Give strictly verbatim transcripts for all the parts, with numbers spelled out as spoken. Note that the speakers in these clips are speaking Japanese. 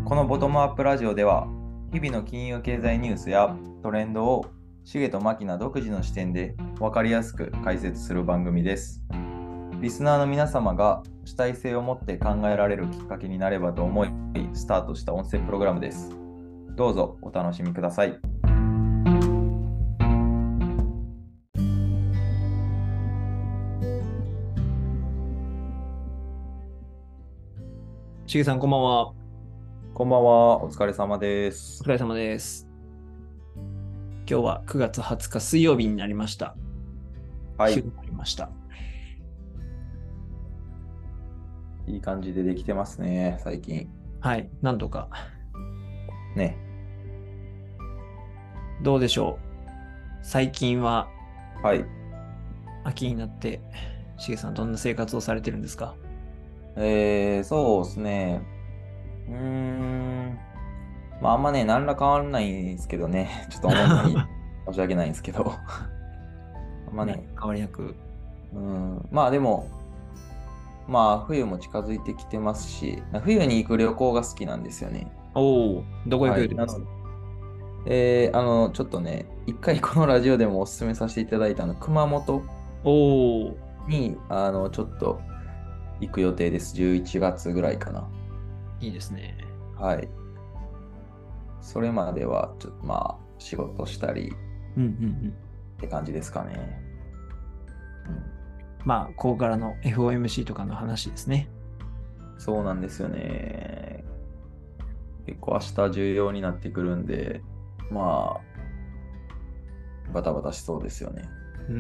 このボトムアップラジオでは、日々の金融経済ニュースやトレンドをシゲとマキナ独自の視点で分かりやすく解説する番組です。リスナーの皆様が主体性を持って考えられるきっかけになればと思い、スタートした音声プログラムです。どうぞお楽しみください。 しげさん、こんばんは。 こんばんは、お疲れ様でおす。 疲れ様です。今日はくがつはつか水曜日になりました。 はい。 昼になりました。 いい感じでできてますね、最近。 はい、なんとか。 ね。 どうでしょう。最近ははい。 秋になって、しげさん、どんな生活をされてるんですか？ えー、そうですね。うーん。まあ、あんまね、何ら変わらないんですけどね。ちょっと思んない申し訳ないんですけど。あんまね、 変わりなく。 うん。まあでも、まあ冬も近づいてきてますし、冬に行く旅行が好きなんですよね。 おお、どこ行くはい。 予定ですか？ なので、えーあの、ちょっとね、一回このラジオでもお勧めさせていただいたの、熊本おお、 に、あの、ちょっと行く予定です。じゅういちがつぐらいかな。 いいですね。 はい。それまでは、ちょっとまあ、仕事したりうんうんうん。 って感じですかね。うん、 まあ、ここからの エフオーエムシー とかの話ですね。 そうなんですよね。結構明日重要になってくるんで、まあ、バタバタしそうですよね。 うん。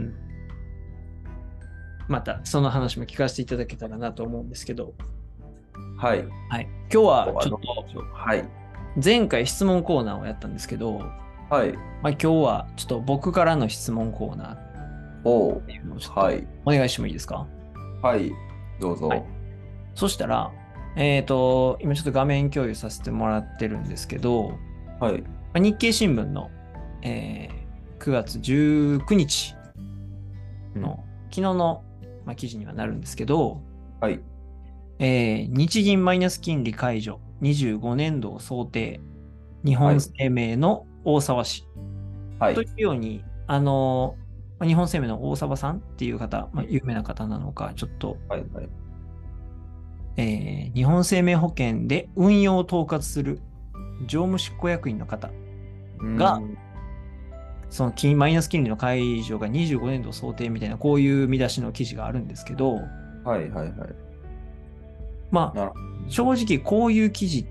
また、その話も聞かせていただけたらなと思うんですけど、 はい。 はい。今日はちょっここはどうでしょう。はい。 と、前回質問コーナーをやったんですけど、 はい。 まあ、今日はちょっと僕からの質問コーナーっおう。 ていうのをちょっとはい。 お願いしてもいいですか？ はい。どうぞ。 はい。そしたら、えっと、今ちょっと画面共有させてもらってるんですけど、 はい。 まあ日経新聞の、えーくがつじゅうくにちうん。 の昨日の、まあ、記事にはなるんですけど、 はい。 えー日銀マイナス金利解除にじゅうごねんどを想定、日本はい。 生命の大沢氏はい。 というように、あの、まあ日本生命の大沢さんっていう方、まあ、 うん。 有名な方なのか、ちょっと、 はい。はい。 えー日本生命保険で運用を統括する常務執行役員の方うーが、 ん。 その金、マイナス金利の解除がにじゅうごねんど想定みたいな、こういう見出しの記事があるんですけど、 はい。はい。はい。 まあ、 なる正直こういう記事って、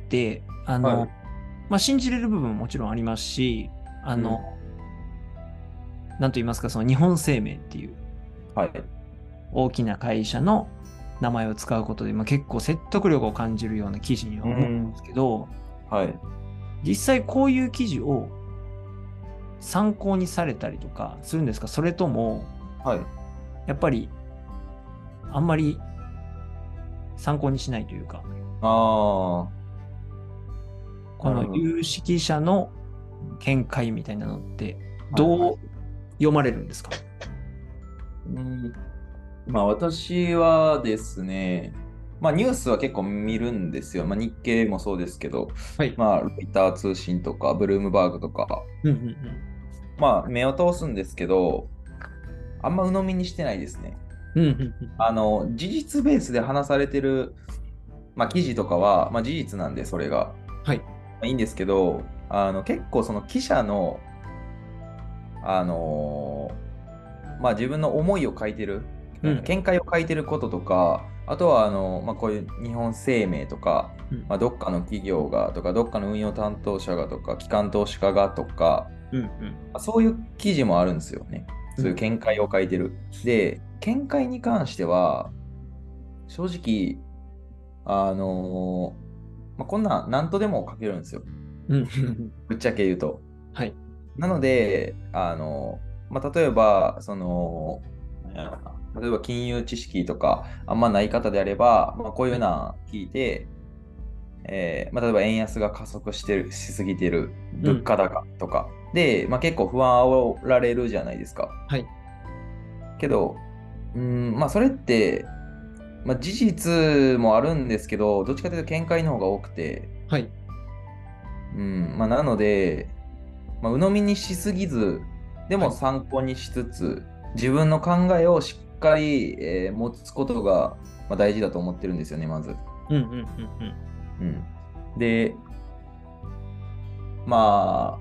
あほど。はの、 い。 まあ、信じれる部分ももちろんありますし、あうん。 の、なんと言いますか、その日本生命っていうはい。 大きな会社の名前を使うことで、まあ、結構説得力を感じるような記事にはうー思うんでん。 すけど、 はい。 実際こういう記事を参考にされたりとかするんですか？それとも、 はい。 やっぱりあんまり参考にしないというか、 ああ、 このなるほど。 有識者の見解みたいなのってはいはい。 どう読まれるんですか？ うん。まあ私はですね、まあニュースは結構見るんですよ。まあ日経もそうですけど、 はい。 まあロイター通信とかブルームバーグとか、 うんうんうん。 まあ目を通すんですけど、あんま鵜呑みにしてないですね。 うんうんうん。 あの、事実ベースで話されてる、まあ記事とかは、まあ事実なんでそれが、 はい。 まあ、いいんですけど、あの結構その記者の、あのまあ、自分の思いを書いてる、 うん。 見解を書いてることとか、あとはあの、まあ、こういう日本生命とか、 うん。 まあ、どっかの企業がとか、どっかの運用担当者がとか、機関投資家がとか、 うん。 まあそういう記事もあるんですよね。 うん。 そういう見解を書いてる。で、見解に関しては、正直、あのまあ、こんなん何とでも書けるんですよ。 うん。うん。 ぶっちゃけ言うと。 はい。 なので、あの、まあ、例えば、その、なんやろな、例えば金融知識とかあんまない方であれば、まあ、こういうはい。 の聞いて、えーまあ、例えば円安が加速してる、しすぎてる、 うん。 物価高とか、で、まあ、結構不安煽られるじゃないですか。 はい。 けど、うん、まあ、それって、まあ、事実もあるんですけど、どっちかというと見解の方が多くて、 はい。 うん、まあ、なので、まあ、鵜呑みにしすぎず、でもはい。 参考にしつつ、自分の考えをしっかり、えー持つことが、まあ、大事だと思ってるんですよね、まず。 うんうんうんうん。 うん。で、まあ、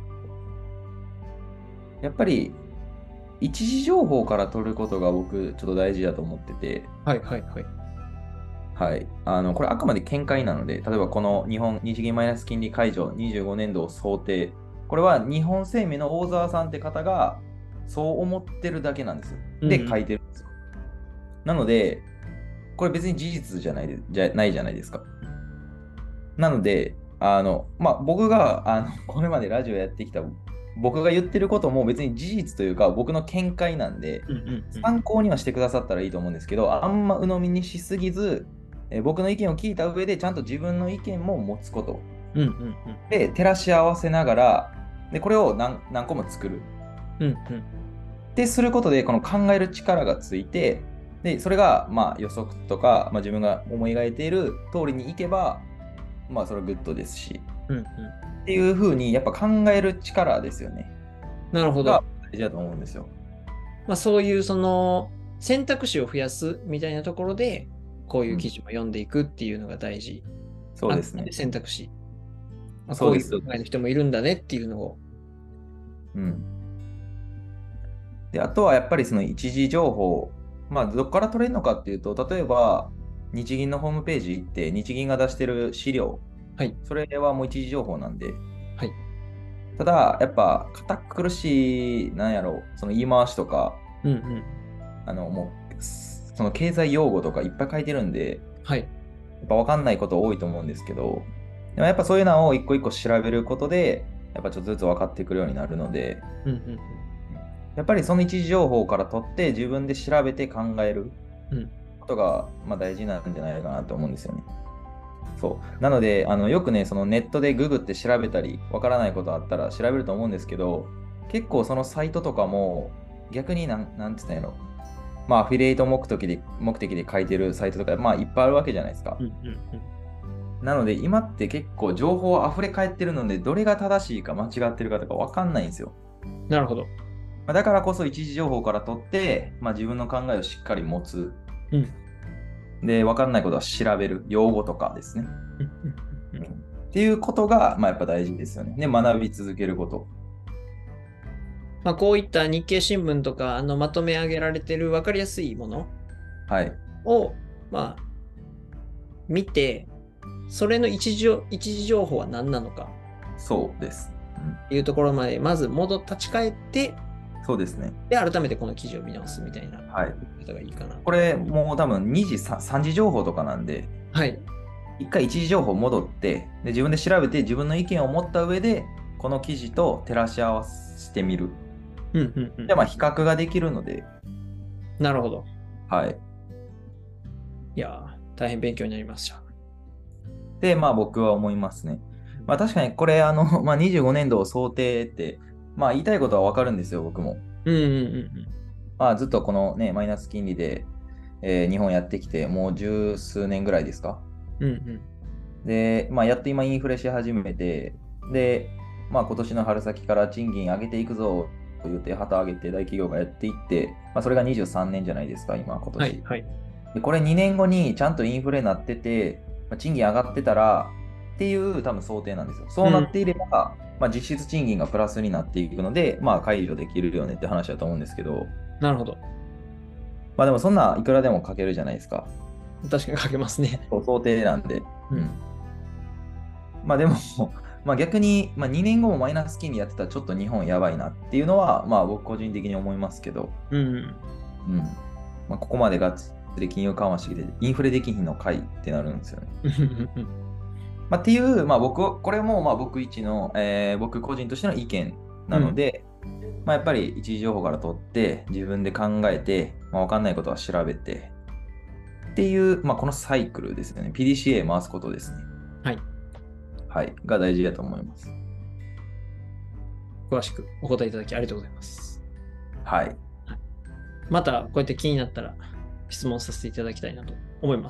やっぱり、一時情報から取ることが僕、ちょっと大事だと思ってて、 はいはいはい。 はい。あの、これあくまで見解なので、例えばこの日本、日銀マイナス金利解除にじゅうごねんどを想定。これは日本生命の大沢さんって方がそう思ってるだけなんですよ。で、 うんうん。 書いてるんですよ。なので、これ別に事実じゃないで、じゃないじゃないですか。なので、あの、まあ、僕があのこれまでラジオやってきた僕が言ってることも別に事実というか僕の見解なんで、 うんうんうん。 参考にはしてくださったらいいと思うんですけど、あんま鵜呑みにしすぎず、えー僕の意見を聞いた上でちゃんと自分の意見も持つこと。 うんうんで、照らし合わせながら、で、これを何何個も作る。 うん。うんうん。 ですることで、この考える力がついて、で、それが、まあ、予測とか、まあ、自分が思い描いている通りにいけば、まあ、それはグッドですし、 うんうん。 っていうふうに、やっぱ考える力ですよね。がなるほど。 大事だと思うんですよ。 まあそういうその選択肢を増やすみたいなところで、こういううん。 記事を読んでいくっていうのが大事。あくまでそうですね。 選択肢。まあ、 そうです、 こういう考そうです。 えの人もいるんだねっていうのを。 うん。で、あとはやっぱりその一時情報、まあ、どこから取れるのかっていうと、例えば、日銀のホームページ行って、日銀が出してる資料、 はい。 それはもう一時情報なんで、 はい。 ただ、やっぱ、堅苦しい、なんやろう、その言い回しとか、 うんうん。 あの、もう、その経済用語とかいっぱい書いてるんで、 はい。 やっぱ分かんないこと多いと思うんですけど、でもやっぱそういうのを一個一個調べることで、やっぱちょっとずつ分かってくるようになるので、 うんうんやっぱりその一時情報から取って自分で調べて考えるうん。うん。 ことが、まあ、大事なんじゃないかなと思うんですよね。そう。なので、あのよくね、そのネットでググって調べたり、わからないことあったら調べると思うんですけど、結構そのサイトとかも逆になん、なんつったんやろ。まあ、アフィリエイト目的で、目的で書いてるサイトとか、まあ、いっぱいあるわけじゃないですか。 うんうんうん。 なので、今って結構情報溢れ返ってるので、どれが正しいか間違ってるかとかわかんないんですよ。 なるほど。 まあだからこそ一時情報から取って、まあ、自分の考えをしっかり持つ。 うん。 で、わかんないことは調べる。用語とかですね。 うんうんうんうん。 っていうことが、まあ、やっぱ大事ですよね。で、学び続けること。 まあこういった日経新聞とか、あのまとめ上げられてる分かりやすいものはい。 を、まあ見て、それの一時情一時情報は何なのかそうです。うん、 っていうところまで、まず戻立ち返って、 そうですね。 で、改めてこの記事を見直すみたいなはい。 方がいいかなと。 これ、もう多分にじ、さんじ情報とかなんで、 はい。 一回一時情報戻って、で、自分で調べて、自分の意見を持った上で、この記事と照らし合わせてみる。 うんうんうん。 で、まあ、比較ができるので、 なるほど。 はい。 いやー、大変勉強になりました。 で、まあ、僕は思いますね。まあ、確かにこれ、あの、まあ、にじゅうごねんどを想定って、まあ、言いたいことはわかるんですよ、僕も。 うんうんうんまあ、ずっとこのね、マイナス金利で、えー日本やってきて、もう十数年ぐらいですか。 うん。うんで、まあ、やっと今インフレし始めて、で、まあ、今年の春先から賃金上げていくぞと言って旗上げて大企業がやっていって、まあ、それがにじゅうさんねんじゃないですか、今、今うん。はい年。 はい。 で、これにねんごにちゃんとインフレになってて、まあ、賃金上がってたらっていう多分想定なんですよ。そううん。 なっていれば、まあ、実質賃金がプラスになっていくので、まあ、解除できるよねって話だと思うんですけど、 なるほど。 まあでもそんないくらでも書けるじゃないですか。 確かに書けますね。 そう想定なんで。 うん。 うん。まあでもまあ逆に、まあ、にねんごもマイナス金利やってたらちょっと日本やばいなっていうのは、まあ僕個人的に思いますけど、 うん。 うん。まあ、ここまでがっつり金融緩和してきて、インフレできひんのかいってなるんですよね。まあ、っていう、まあ僕、これもまあ僕一の、えー僕個人としての意見なので、まあ、やっぱり一時情報から取って自分で考えて、まあ、分かんないことは調べてっていう、まあ、このサイクルですよね。ピーディーシーエー 回すことですね。 はい。 はい。が大事だと思います。 詳しくお答えいただきありがとうございます。 はい。 また、こうやって気になったら質問させていただきたいなと思います。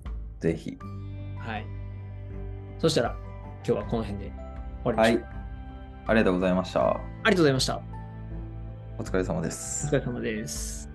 はい。ぜひ。 はい。そしたら、 今日はこの辺で終わりましょう。 はい。ありがとうございました。 ありがとうございました。 お疲れ様です。 お疲れ様です。